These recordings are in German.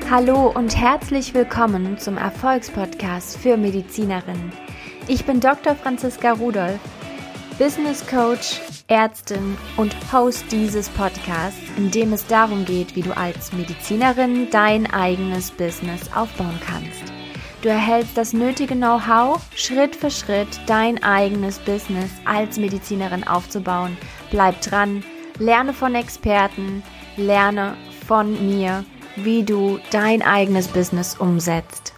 Hallo und herzlich willkommen zum Erfolgspodcast für Medizinerinnen. Ich bin Dr. Franziska Rudolph, Business Coach, Ärztin und Host dieses Podcasts, in dem es darum geht, wie du als Medizinerin dein eigenes Business aufbauen kannst. Du erhältst das nötige Know-how, Schritt für Schritt dein eigenes Business als Medizinerin aufzubauen. Bleib dran, lerne von Experten, lerne von mir, wie du dein eigenes Business umsetzt.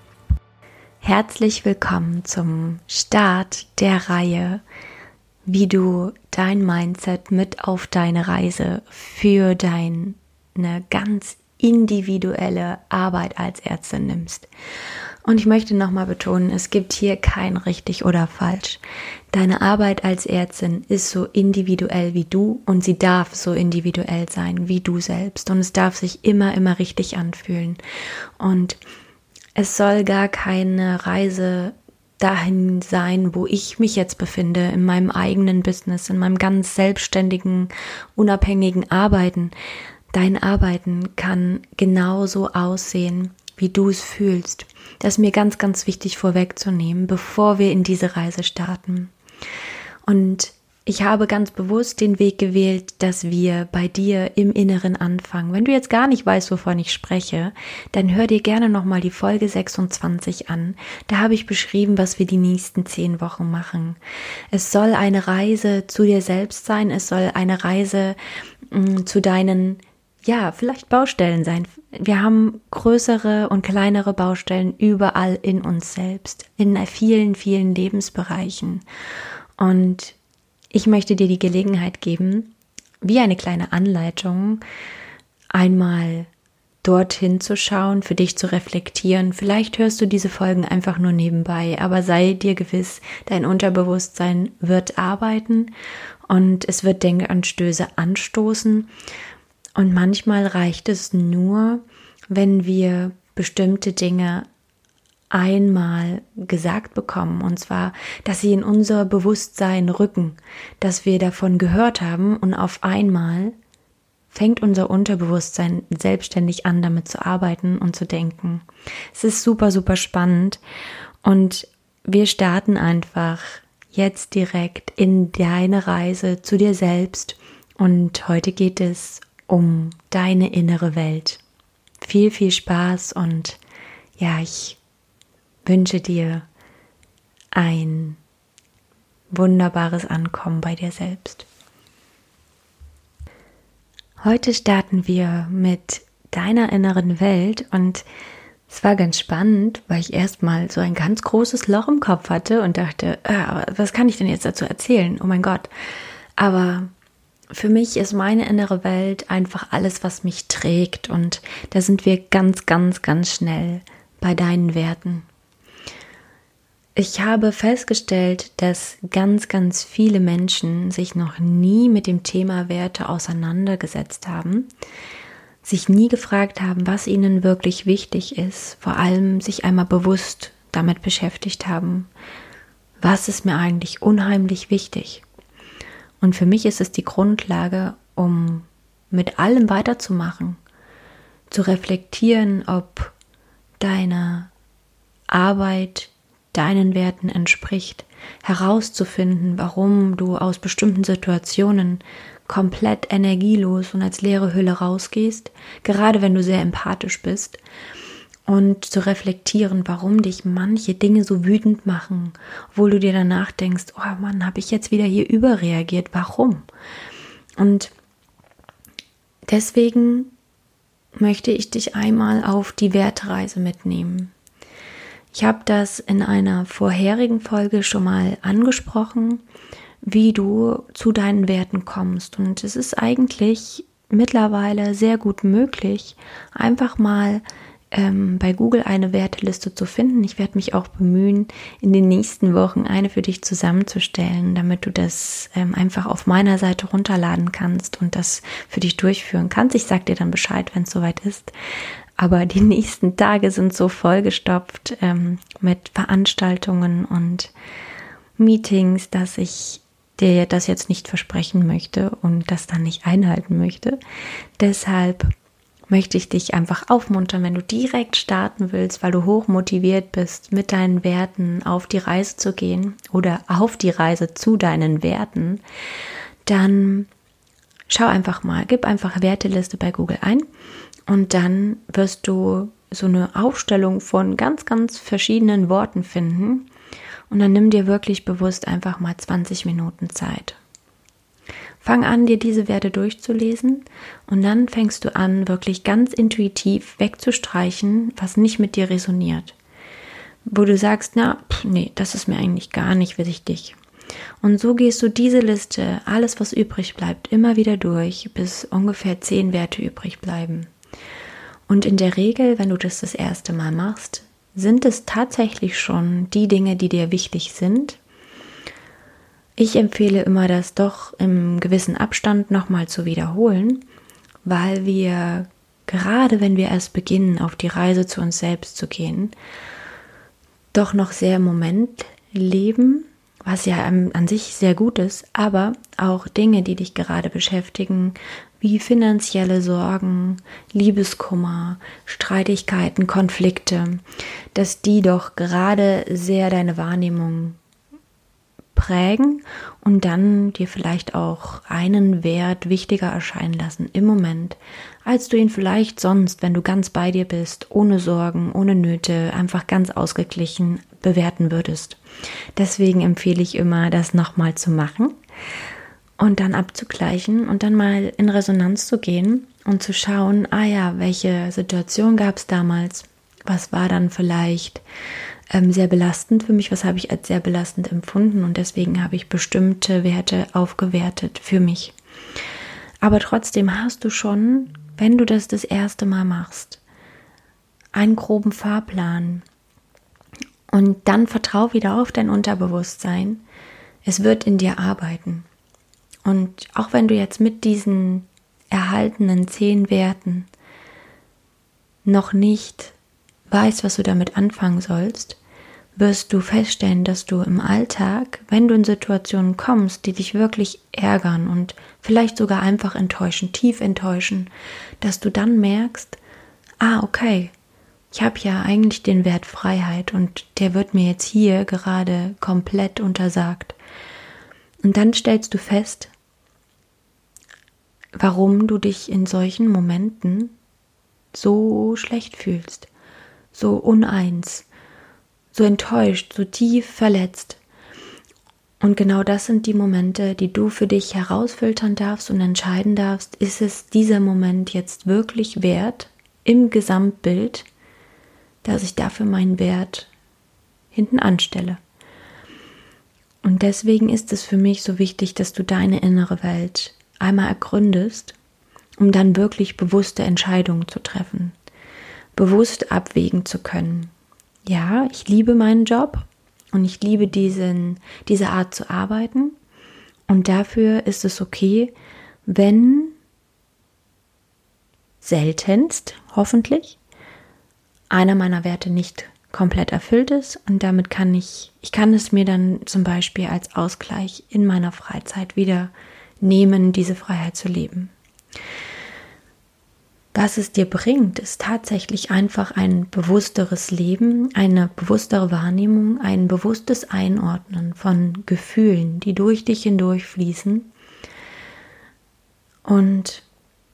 Herzlich willkommen zum Start der Reihe, wie du dein Mindset mit auf deine Reise für deine ganz individuelle Arbeit als Ärztin nimmst. Und ich möchte nochmal betonen, es gibt hier kein richtig oder falsch. Deine Arbeit als Ärztin ist so individuell wie du und sie darf so individuell sein wie du selbst. Und es darf sich immer richtig anfühlen. Und es soll gar keine Reise dahin sein, wo ich mich jetzt befinde, in meinem eigenen Business, in meinem ganz selbstständigen, unabhängigen Arbeiten. Dein Arbeiten kann genauso aussehen, wie du es fühlst. Das ist mir ganz wichtig vorwegzunehmen, bevor wir in diese Reise starten. Und ich habe ganz bewusst den Weg gewählt, dass wir bei dir im Inneren anfangen. Wenn du jetzt gar nicht weißt, wovon ich spreche, dann hör dir gerne nochmal die Folge 26 an. Da habe ich beschrieben, was wir die nächsten 10 Wochen machen. Es soll eine Reise zu dir selbst sein. Es soll eine Reise zu deinen vielleicht Baustellen sein. Wir haben größere und kleinere Baustellen überall in uns selbst, in vielen Lebensbereichen. Und ich möchte dir die Gelegenheit geben, wie eine kleine Anleitung, einmal dorthin zu schauen, für dich zu reflektieren. Vielleicht hörst du diese Folgen einfach nur nebenbei, aber sei dir gewiss, dein Unterbewusstsein wird arbeiten und es wird Denkanstöße anstoßen. Und manchmal reicht es nur, wenn wir bestimmte Dinge einmal gesagt bekommen, und zwar, dass sie in unser Bewusstsein rücken, dass wir davon gehört haben und auf einmal fängt unser Unterbewusstsein selbstständig an, damit zu arbeiten und zu denken. Es ist super spannend und wir starten einfach jetzt direkt in deine Reise zu dir selbst und heute geht es um deine innere Welt. Viel Spaß und ich wünsche dir ein wunderbares Ankommen bei dir selbst. Heute starten wir mit deiner inneren Welt und es war ganz spannend, weil ich erstmal so ein ganz großes Loch im Kopf hatte und dachte, was kann ich denn jetzt dazu erzählen? Oh mein Gott. Aber für mich ist meine innere Welt einfach alles, was mich trägt und da sind wir ganz schnell bei deinen Werten. Ich habe festgestellt, dass ganz viele Menschen sich noch nie mit dem Thema Werte auseinandergesetzt haben, sich nie gefragt haben, was ihnen wirklich wichtig ist, vor allem sich einmal bewusst damit beschäftigt haben, was ist mir eigentlich unheimlich wichtig. Und für mich ist es die Grundlage, um mit allem weiterzumachen, zu reflektieren, ob deine Arbeit deinen Werten entspricht, herauszufinden, warum du aus bestimmten Situationen komplett energielos und als leere Hülle rausgehst, gerade wenn du sehr empathisch bist, und zu reflektieren, warum dich manche Dinge so wütend machen, obwohl du dir danach denkst, oh Mann, habe ich jetzt wieder hier überreagiert, warum? Und deswegen möchte ich dich einmal auf die Wertreise mitnehmen. Ich habe das in einer vorherigen Folge schon mal angesprochen, wie du zu deinen Werten kommst. Und es ist eigentlich mittlerweile sehr gut möglich, einfach mal bei Google eine Werteliste zu finden. Ich werde mich auch bemühen, in den nächsten Wochen eine für dich zusammenzustellen, damit du das einfach auf meiner Seite runterladen kannst und das für dich durchführen kannst. Ich sage dir dann Bescheid, wenn es soweit ist. Aber die nächsten Tage sind so vollgestopft mit Veranstaltungen und Meetings, dass ich dir das jetzt nicht versprechen möchte und das dann nicht einhalten möchte. Deshalb möchte ich dich einfach aufmuntern, wenn du direkt starten willst, weil du hoch motiviert bist, mit deinen Werten auf die Reise zu gehen oder auf die Reise zu deinen Werten, dann schau einfach mal, gib einfach Werteliste bei Google ein und dann wirst du so eine Aufstellung von ganz, ganz verschiedenen Worten finden und dann nimm dir wirklich bewusst einfach mal 20 Minuten Zeit. Fang an, dir diese Werte durchzulesen und dann fängst du an, wirklich ganz intuitiv wegzustreichen, was nicht mit dir resoniert. Wo du sagst, nee, das ist mir eigentlich gar nicht wichtig. Und so gehst du diese Liste, alles was übrig bleibt, immer wieder durch, bis ungefähr 10 Werte übrig bleiben. Und in der Regel, wenn du das erste Mal machst, sind es tatsächlich schon die Dinge, die dir wichtig sind. Ich empfehle immer, das doch im gewissen Abstand nochmal zu wiederholen, weil wir, gerade wenn wir erst beginnen, auf die Reise zu uns selbst zu gehen, doch noch sehr im Moment leben, was ja an sich sehr gut ist, aber auch Dinge, die dich gerade beschäftigen, wie finanzielle Sorgen, Liebeskummer, Streitigkeiten, Konflikte, dass die doch gerade sehr deine Wahrnehmung prägen und dann dir vielleicht auch einen Wert wichtiger erscheinen lassen im Moment, als du ihn vielleicht sonst, wenn du ganz bei dir bist, ohne Sorgen, ohne Nöte, einfach ganz ausgeglichen bewerten würdest. Deswegen empfehle ich immer, das nochmal zu machen und dann abzugleichen und dann mal in Resonanz zu gehen und zu schauen, welche Situation gab es damals, was war dann vielleicht sehr belastend für mich, was habe ich als sehr belastend empfunden und deswegen habe ich bestimmte Werte aufgewertet für mich. Aber trotzdem hast du schon, wenn du das erste Mal machst, einen groben Fahrplan und dann vertrau wieder auf dein Unterbewusstsein. Es wird in dir arbeiten. Und auch wenn du jetzt mit diesen erhaltenen 10 Werten noch nicht weißt, was du damit anfangen sollst, wirst du feststellen, dass du im Alltag, wenn du in Situationen kommst, die dich wirklich ärgern und vielleicht sogar einfach enttäuschen, tief enttäuschen, dass du dann merkst, okay, ich habe ja eigentlich den Wert Freiheit und der wird mir jetzt hier gerade komplett untersagt. Und dann stellst du fest, warum du dich in solchen Momenten so schlecht fühlst, so uneins, so enttäuscht, so tief verletzt. Und genau das sind die Momente, die du für dich herausfiltern darfst und entscheiden darfst, ist es dieser Moment jetzt wirklich wert im Gesamtbild, dass ich dafür meinen Wert hinten anstelle. Und deswegen ist es für mich so wichtig, dass du deine innere Welt einmal ergründest, um dann wirklich bewusste Entscheidungen zu treffen, bewusst abwägen zu können. Ja, ich liebe meinen Job und ich liebe diese Art zu arbeiten und dafür ist es okay, wenn seltenst, hoffentlich, einer meiner Werte nicht komplett erfüllt ist und damit kann ich kann es mir dann zum Beispiel als Ausgleich in meiner Freizeit wieder nehmen, diese Freiheit zu leben. Was es dir bringt, ist tatsächlich einfach ein bewussteres Leben, eine bewusstere Wahrnehmung, ein bewusstes Einordnen von Gefühlen, die durch dich hindurch fließen und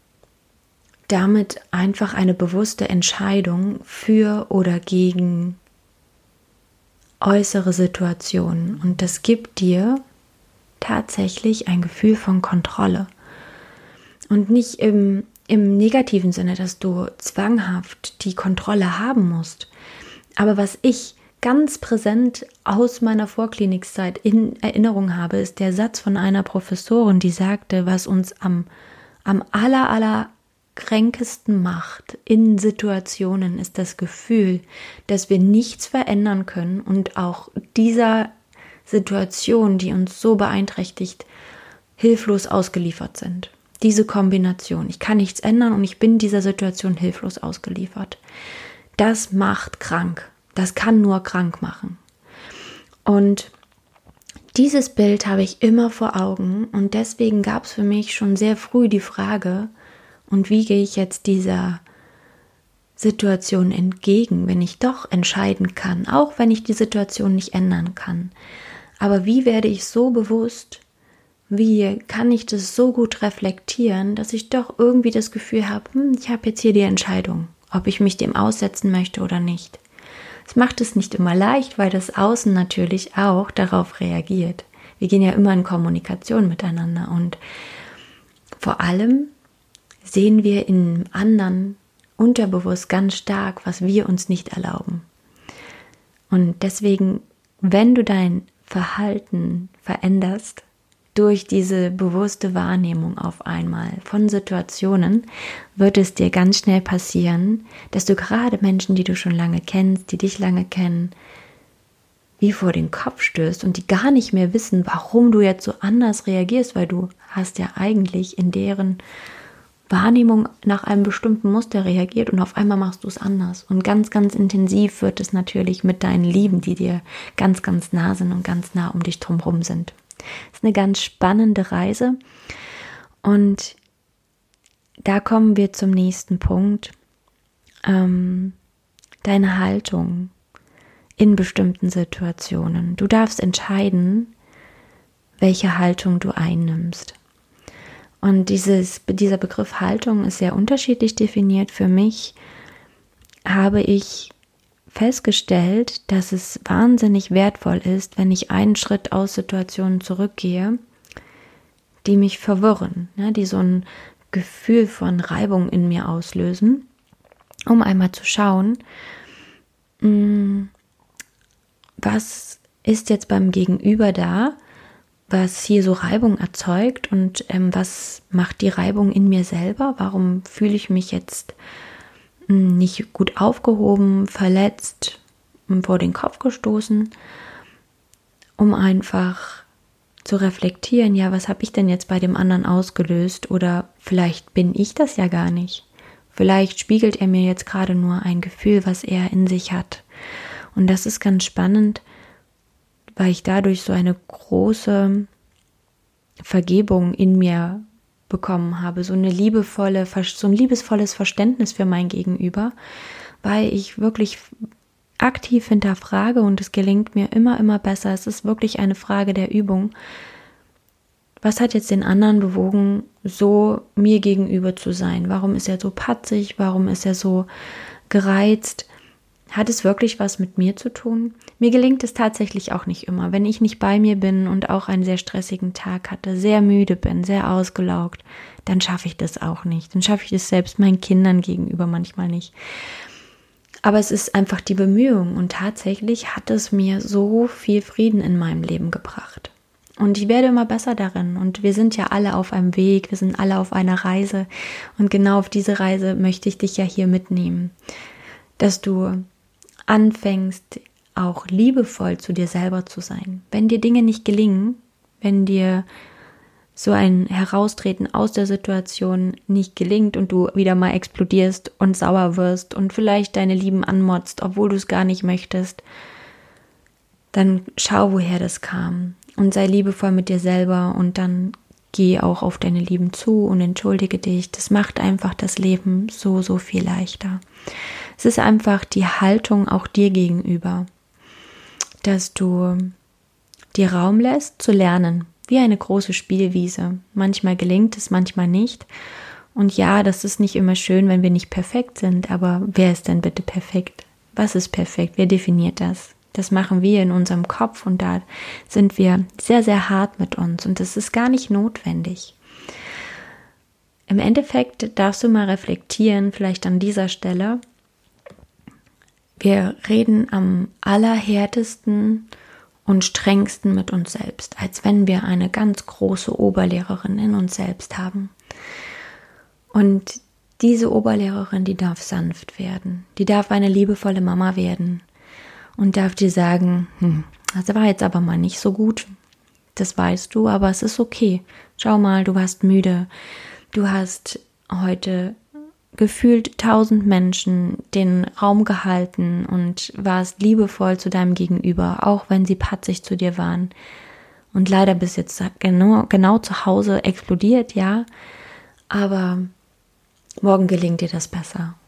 damit einfach eine bewusste Entscheidung für oder gegen äußere Situationen. Und das gibt dir tatsächlich ein Gefühl von Kontrolle. Und nicht im negativen Sinne, dass du zwanghaft die Kontrolle haben musst. Aber was ich ganz präsent aus meiner Vorklinikzeit in Erinnerung habe, ist der Satz von einer Professorin, die sagte, was uns am kränkesten macht in Situationen, ist das Gefühl, dass wir nichts verändern können und auch dieser Situation, die uns so beeinträchtigt, hilflos ausgeliefert sind. Diese Kombination, ich kann nichts ändern und ich bin dieser Situation hilflos ausgeliefert. Das macht krank. Das kann nur krank machen. Und dieses Bild habe ich immer vor Augen und deswegen gab es für mich schon sehr früh die Frage, und wie gehe ich jetzt dieser Situation entgegen, wenn ich doch entscheiden kann, auch wenn ich die Situation nicht ändern kann. Aber wie werde ich so bewusst, wie kann ich das so gut reflektieren, dass ich doch irgendwie das Gefühl habe, ich habe jetzt hier die Entscheidung, ob ich mich dem aussetzen möchte oder nicht. Es macht es nicht immer leicht, weil das Außen natürlich auch darauf reagiert. Wir gehen ja immer in Kommunikation miteinander und vor allem sehen wir im anderen unterbewusst ganz stark, was wir uns nicht erlauben. Und deswegen, wenn du dein Verhalten veränderst, durch diese bewusste Wahrnehmung auf einmal von Situationen, wird es dir ganz schnell passieren, dass du gerade Menschen, die du schon lange kennst, die dich lange kennen, wie vor den Kopf stößt und die gar nicht mehr wissen, warum du jetzt so anders reagierst, weil du hast ja eigentlich in deren Wahrnehmung nach einem bestimmten Muster reagiert und auf einmal machst du es anders. Und ganz, ganz intensiv wird es natürlich mit deinen Lieben, die dir ganz, ganz nah sind und ganz nah um dich drumherum sind. Das ist eine ganz spannende Reise und da kommen wir zum nächsten Punkt. Deine Haltung in bestimmten Situationen. Du darfst entscheiden, welche Haltung du einnimmst. Und dieser Begriff Haltung ist sehr unterschiedlich definiert. Für mich habe ich festgestellt, dass es wahnsinnig wertvoll ist, wenn ich einen Schritt aus Situationen zurückgehe, die mich verwirren, die so ein Gefühl von Reibung in mir auslösen, um einmal zu schauen, was ist jetzt beim Gegenüber da, was hier so Reibung erzeugt und was macht die Reibung in mir selber? Warum fühle ich mich jetzt nicht gut aufgehoben, verletzt, vor den Kopf gestoßen, um einfach zu reflektieren, ja, was habe ich denn jetzt bei dem anderen ausgelöst oder vielleicht bin ich das ja gar nicht. Vielleicht spiegelt er mir jetzt gerade nur ein Gefühl, was er in sich hat. Und das ist ganz spannend, weil ich dadurch so eine große Vergebung in mir bekommen habe, so ein liebevolles Verständnis für mein Gegenüber, weil ich wirklich aktiv hinterfrage und es gelingt mir immer, immer besser. Es ist wirklich eine Frage der Übung. Was hat jetzt den anderen bewogen, so mir gegenüber zu sein? Warum ist er so patzig? Warum ist er so gereizt? Hat es wirklich was mit mir zu tun? Mir gelingt es tatsächlich auch nicht immer. Wenn ich nicht bei mir bin und auch einen sehr stressigen Tag hatte, sehr müde bin, sehr ausgelaugt, dann schaffe ich das auch nicht. Dann schaffe ich das selbst meinen Kindern gegenüber manchmal nicht. Aber es ist einfach die Bemühung und tatsächlich hat es mir so viel Frieden in meinem Leben gebracht. Und ich werde immer besser darin und wir sind ja alle auf einem Weg, wir sind alle auf einer Reise und genau auf diese Reise möchte ich dich ja hier mitnehmen, dass du anfängst, auch liebevoll zu dir selber zu sein. Wenn dir Dinge nicht gelingen, wenn dir so ein Heraustreten aus der Situation nicht gelingt und du wieder mal explodierst und sauer wirst und vielleicht deine Lieben anmotzt, obwohl du es gar nicht möchtest, dann schau, woher das kam und sei liebevoll mit dir selber und dann geh auch auf deine Lieben zu und entschuldige dich. Das macht einfach das Leben so, so viel leichter. Es ist einfach die Haltung auch dir gegenüber, dass du dir Raum lässt zu lernen, wie eine große Spielwiese. Manchmal gelingt es, manchmal nicht. Und ja, das ist nicht immer schön, wenn wir nicht perfekt sind, aber wer ist denn bitte perfekt? Was ist perfekt? Wer definiert das? Das machen wir in unserem Kopf und da sind wir sehr, sehr hart mit uns und das ist gar nicht notwendig. Im Endeffekt darfst du mal reflektieren, vielleicht an dieser Stelle. Wir reden am allerhärtesten und strengsten mit uns selbst, als wenn wir eine ganz große Oberlehrerin in uns selbst haben. Und diese Oberlehrerin, die darf sanft werden. Die darf eine liebevolle Mama werden und darf dir sagen, das war jetzt aber mal nicht so gut. Das weißt du, aber es ist okay. Schau mal, du warst müde. Du hast heute gefühlt 1000 Menschen den Raum gehalten und warst liebevoll zu deinem Gegenüber, auch wenn sie patzig zu dir waren. Und leider bist jetzt genau zu Hause explodiert, ja, aber morgen gelingt dir das besser.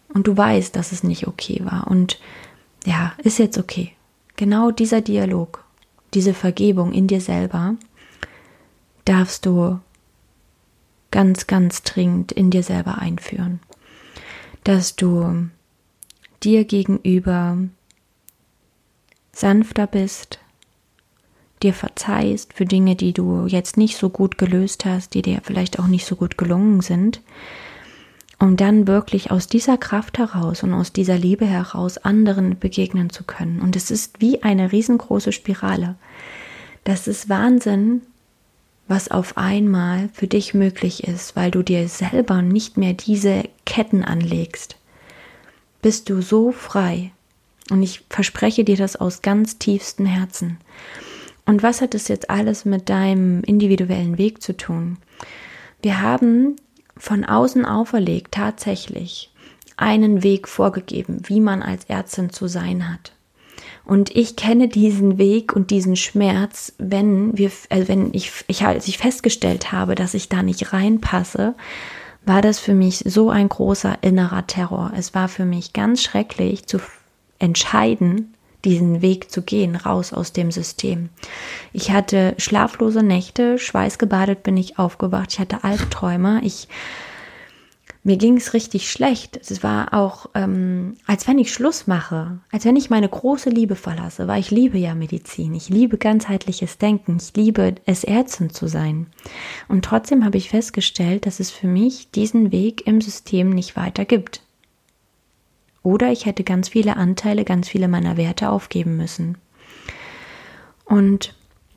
Und du weißt, dass es nicht okay war. Und ja, ist jetzt okay. Genau dieser Dialog, diese Vergebung in dir selber, darfst du ganz, ganz dringend in dir selber einführen. Dass du dir gegenüber sanfter bist, dir verzeihst für Dinge, die du jetzt nicht so gut gelöst hast, die dir vielleicht auch nicht so gut gelungen sind, um dann wirklich aus dieser Kraft heraus und aus dieser Liebe heraus anderen begegnen zu können. Und es ist wie eine riesengroße Spirale. Das ist Wahnsinn, was auf einmal für dich möglich ist, weil du dir selber nicht mehr diese Ketten anlegst. Bist du so frei. Und ich verspreche dir das aus ganz tiefstem Herzen. Und was hat es jetzt alles mit deinem individuellen Weg zu tun? Wir haben von außen auferlegt tatsächlich einen Weg vorgegeben, wie man als Ärztin zu sein hat. Und ich kenne diesen Weg und diesen Schmerz, als ich festgestellt habe, dass ich da nicht reinpasse, war das für mich so ein großer innerer Terror. Es war für mich ganz schrecklich zu entscheiden, diesen Weg zu gehen, raus aus dem System. Ich hatte schlaflose Nächte, schweißgebadet bin ich aufgewacht, ich hatte Albträume, mir ging es richtig schlecht. Es war auch, als wenn ich Schluss mache, als wenn ich meine große Liebe verlasse, weil ich liebe ja Medizin, ich liebe ganzheitliches Denken, ich liebe es, Ärztin zu sein. Und trotzdem habe ich festgestellt, dass es für mich diesen Weg im System nicht weiter gibt. Oder ich hätte ganz viele Anteile, ganz viele meiner Werte aufgeben müssen. Und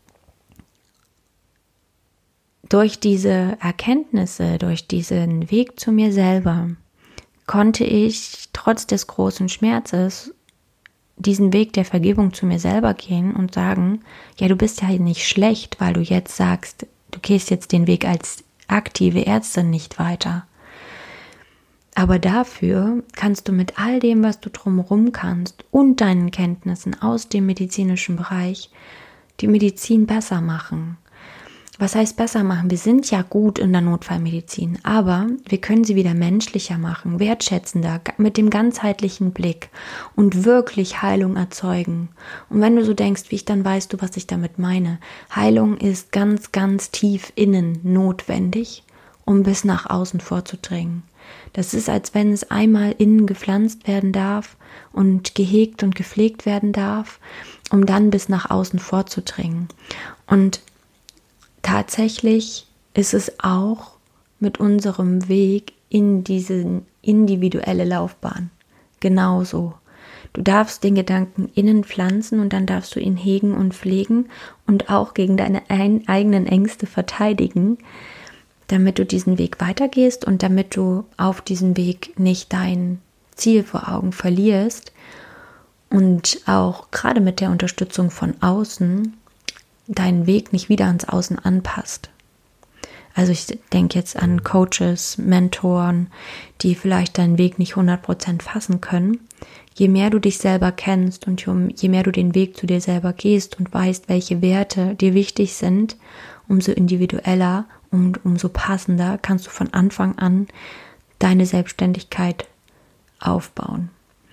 durch diese Erkenntnisse, durch diesen Weg zu mir selber, konnte ich trotz des großen Schmerzes diesen Weg der Vergebung zu mir selber gehen und sagen, ja, du bist ja nicht schlecht, weil du jetzt sagst, du gehst jetzt den Weg als aktive Ärztin nicht weiter. Aber dafür kannst du mit all dem, was du drumherum kannst und deinen Kenntnissen aus dem medizinischen Bereich, die Medizin besser machen. Was heißt besser machen? Wir sind ja gut in der Notfallmedizin, aber wir können sie wieder menschlicher machen, wertschätzender, mit dem ganzheitlichen Blick und wirklich Heilung erzeugen. Und wenn du so denkst, wie ich, dann weißt du, was ich damit meine. Heilung ist ganz, ganz tief innen notwendig, um bis nach außen vorzudringen. Das ist, als wenn es einmal innen gepflanzt werden darf und gehegt und gepflegt werden darf, um dann bis nach außen vorzudringen. Und tatsächlich ist es auch mit unserem Weg in diese individuelle Laufbahn genauso. Du darfst den Gedanken innen pflanzen und dann darfst du ihn hegen und pflegen und auch gegen deine eigenen Ängste verteidigen, damit du diesen Weg weitergehst und damit du auf diesem Weg nicht dein Ziel vor Augen verlierst und auch gerade mit der Unterstützung von außen deinen Weg nicht wieder ans Außen anpasst. Also ich denke jetzt an Coaches, Mentoren, die vielleicht deinen Weg nicht 100% fassen können. Je mehr du dich selber kennst und je mehr du den Weg zu dir selber gehst und weißt, welche Werte dir wichtig sind, umso individueller und umso passender kannst du von Anfang an deine Selbstständigkeit aufbauen.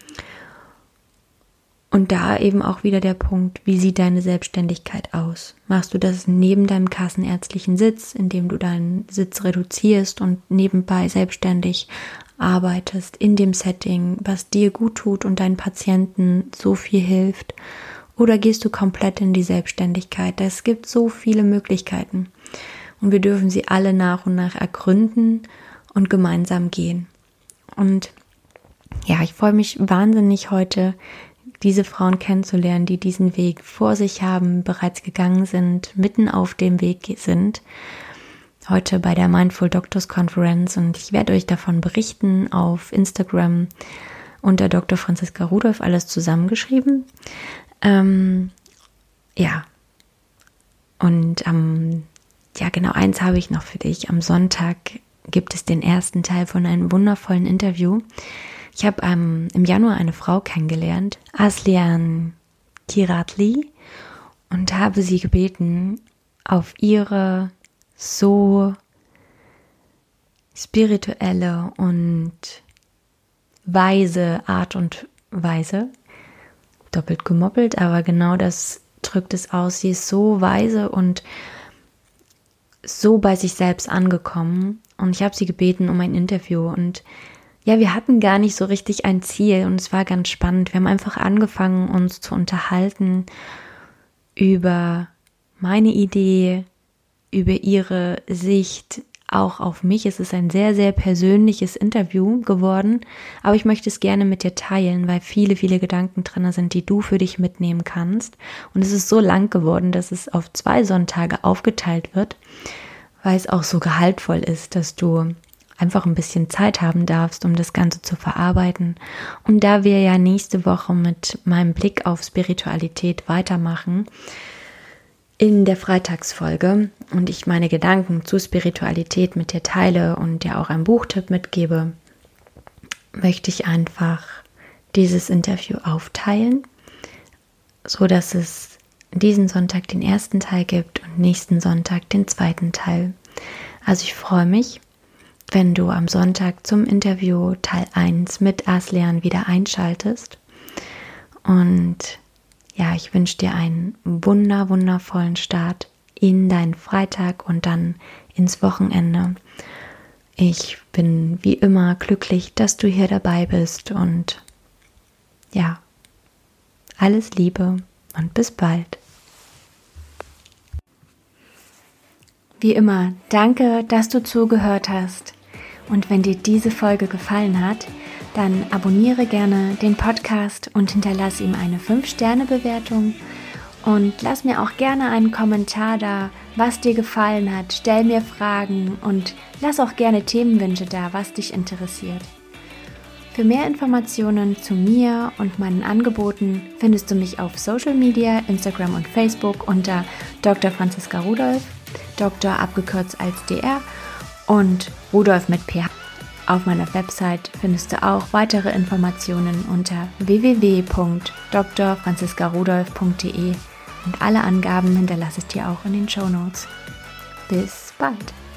Und da eben auch wieder der Punkt, wie sieht deine Selbstständigkeit aus? Machst du das neben deinem kassenärztlichen Sitz, indem du deinen Sitz reduzierst und nebenbei selbstständig arbeitest in dem Setting, was dir gut tut und deinen Patienten so viel hilft? Oder gehst du komplett in die Selbstständigkeit? Es gibt so viele Möglichkeiten und wir dürfen sie alle nach und nach ergründen und gemeinsam gehen. Und ja, ich freue mich wahnsinnig heute, diese Frauen kennenzulernen, die diesen Weg vor sich haben, bereits gegangen sind, mitten auf dem Weg sind. Heute bei der Mindful Doctors Conference und ich werde euch davon berichten auf Instagram unter Dr. Franziska Rudolph, alles zusammengeschrieben. Ja, und genau eins habe ich noch für dich. Am Sonntag gibt es den ersten Teil von einem wundervollen Interview. Ich habe im Januar eine Frau kennengelernt, Aslian Kiratli, und habe sie gebeten, auf ihre so spirituelle und weise Art und Weise. Doppelt gemoppelt, aber genau das drückt es aus. Sie ist so weise und so bei sich selbst angekommen. Und ich habe sie gebeten um ein Interview. Und ja, wir hatten gar nicht so richtig ein Ziel und es war ganz spannend. Wir haben einfach angefangen, uns zu unterhalten über meine Idee, über ihre Sicht auch auf mich. Es ist ein sehr, sehr persönliches Interview geworden, aber ich möchte es gerne mit dir teilen, weil viele, viele Gedanken drin sind, die du für dich mitnehmen kannst. Und es ist so lang geworden, dass es auf 2 Sonntage aufgeteilt wird, weil es auch so gehaltvoll ist, dass du einfach ein bisschen Zeit haben darfst, um das Ganze zu verarbeiten. Und da wir ja nächste Woche mit meinem Blick auf Spiritualität weitermachen, in der Freitagsfolge und ich meine Gedanken zu Spiritualität mit dir teile und dir auch einen Buchtipp mitgebe, möchte ich einfach dieses Interview aufteilen, so dass es diesen Sonntag den ersten Teil gibt und nächsten Sonntag den zweiten Teil. Also ich freue mich, wenn du am Sonntag zum Interview Teil 1 mit Aslian wieder einschaltest. Und ja, ich wünsche dir einen wundervollen Start in deinen Freitag und dann ins Wochenende. Ich bin wie immer glücklich, dass du hier dabei bist und ja, alles Liebe und bis bald. Wie immer, danke, dass du zugehört hast. Und wenn dir diese Folge gefallen hat, dann abonniere gerne den Podcast und hinterlasse ihm eine 5-Sterne-Bewertung und lass mir auch gerne einen Kommentar da, was dir gefallen hat, stell mir Fragen und lass auch gerne Themenwünsche da, was dich interessiert. Für mehr Informationen zu mir und meinen Angeboten findest du mich auf Social Media, Instagram und Facebook unter Dr. Franziska Rudolph, Dr. abgekürzt als DR und Rudolph mit PH. Auf meiner Website findest du auch weitere Informationen unter www.drfranziskarudolph.de und alle Angaben hinterlasse ich dir auch in den Shownotes. Bis bald!